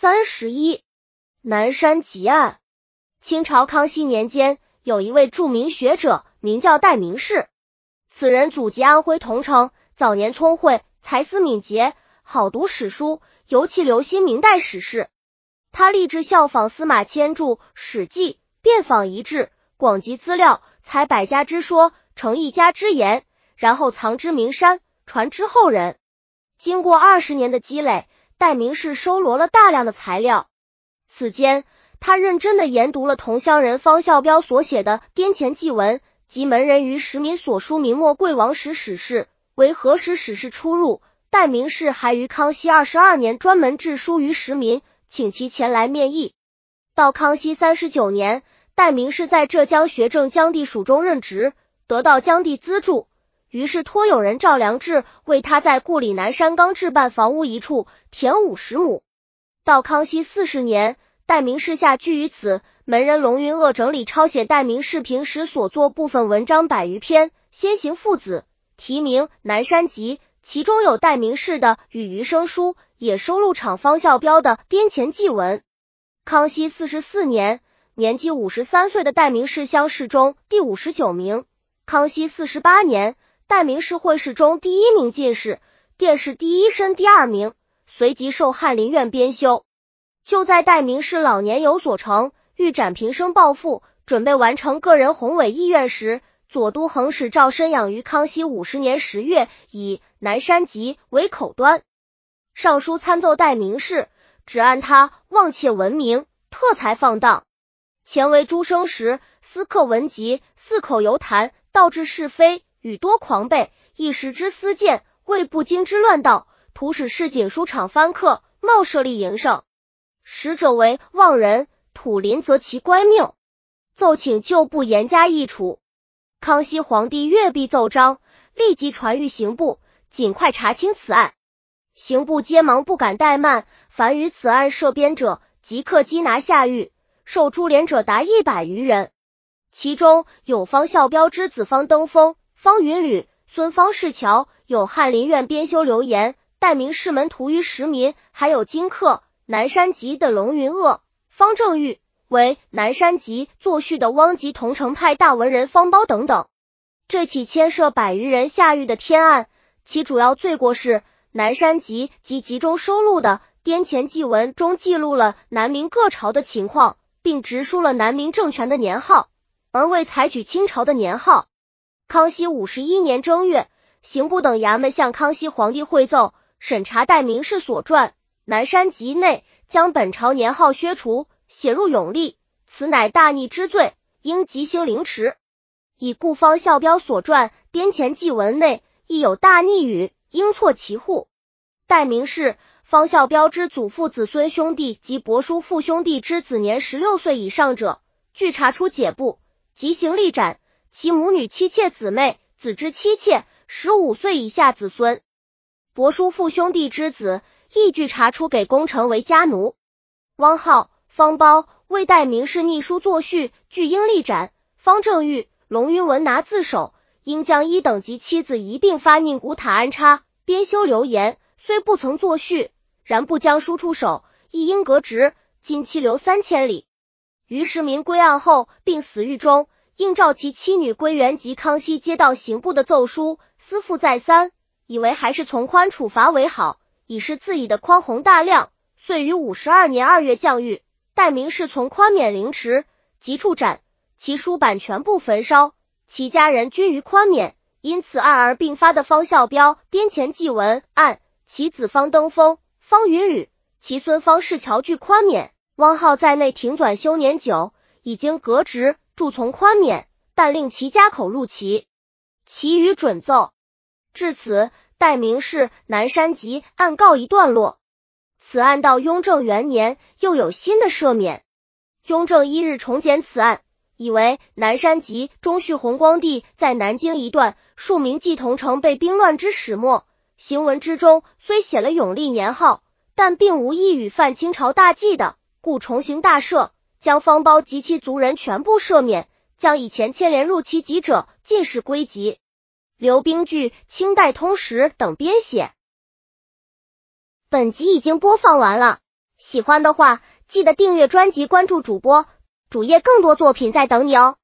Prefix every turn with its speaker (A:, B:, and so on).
A: 31南山集案。清朝康熙年间，有一位著名学者，名叫戴名士。此人祖籍安徽桐城，早年聪慧，才思敏捷，好读史书，尤其留心明代史事。他立志效仿司马迁著《史记》，遍访遗志，广集资料，采百家之说，成一家之言，然后藏之名山，传之后人。经过20年的积累，戴名士收罗了大量的材料。此间，他认真地研读了同乡人方孝标所写的滇黔纪文及门人于实民所书明末贵王时史事，为何时史事出入。戴名士还于康熙22年专门致书于实民，请其前来面议。到康熙39年，戴名士在浙江学政江地署中任职，得到江地资助，于是托友人赵良治为他在故里南山冈置办房屋一处，田50亩。到康熙40年，戴名士下居于此，门人龙云鄂整理抄写戴名士平时所作部分文章100余篇，先行父子，题名《南山集》，其中有戴名士的《与余生书》，也收录厂方孝标的滇黔纪文。康熙44年，年纪53岁的戴名士乡试中第59名。康熙48年，戴名士会试中第1名进士，殿试第1申第2名，随即受翰林院编修。就在戴名士老年有所成，欲展平生抱负，准备完成个人宏伟意愿时，左都衡使赵申养于康熙50年10月以《南山集》为口端，上书参奏戴名士，指按他妄窃闻名，特才放荡，前为诸生时，私刻文集，四口游谈，道治是非，语多狂悖，一时之私见，为不经之乱道，图使市井书场翻刻，冒设立营生。使者为妄人，土林则其乖命，奏请旧部严加议处。康熙皇帝阅毕奏章，立即传谕刑部，尽快查清此案。刑部皆忙不敢怠慢，凡于此案涉编者，即刻缉拿下狱，受株连者达100余人。其中有方孝标之子方登峰、方云履、孙方士乔，有翰林院编修刘言、戴名士门徒于实民，还有金刻南山集的龙云鄂、方正玉，为南山集作序的汪集桐城派大文人方苞等等。这起牵涉100余人下狱的天案，其主要罪过是南山集及集中收录的滇黔纪文中记录了南明各朝的情况，并直述了南明政权的年号，而未采取清朝的年号。康熙51年正月，刑部等衙门向康熙皇帝会奏，审查戴名士所传《南山集》内将本朝年号削除，写入永历，此乃大逆之罪，应即行凌迟。以故方孝标所传滇黔纪文内亦有大逆语，应错其户。戴名士、方孝标之祖父子孙兄弟及伯叔父兄弟之子年16岁以上者，据查出解部，即行立斩；其母女妻妾姊妹、子之妻妾15岁以下子孙，伯叔父兄弟之子，亦据查出给功臣为家奴。汪浩、方苞为戴名士逆书作序，据应立斩；方正玉、龙云文拿自首，应将一等及妻子一并发宁古塔安插。编修刘言虽不曾作序，然不将书出手，亦应革职，今期流3000里。于实民归案后，并死狱中，应召其妻女归原及康熙接到刑部的奏书，思复再三，以为还是从宽处罚为好，以示自己的宽宏大量，遂于52年2月降狱。戴名士从宽免凌迟，即处斩，其书版全部焚烧，其家人均于宽免。因此案而并发的方孝标滇黔纪文案，其子方登峰、方云履，其孙方士乔据宽免，汪浩在内停转休年久，已经革职，著从宽免，但令其家口入其余准奏。至此，戴名士南山集案告一段落。此案到雍正元年又有新的赦免。雍正1日重检此案，以为南山集中叙弘光帝在南京一段数名继桐城被兵乱之始末，行文之中虽写了永历年号，但并无一语犯清朝大忌的，故重行大赦，将方苞及其族人全部赦免，将以前牵连入其籍者尽释归籍。刘冰据《清代通史》等编写。本集已经播放完了， 喜欢的话，记得订阅专辑，关注主播，主页更多作品在等你哦。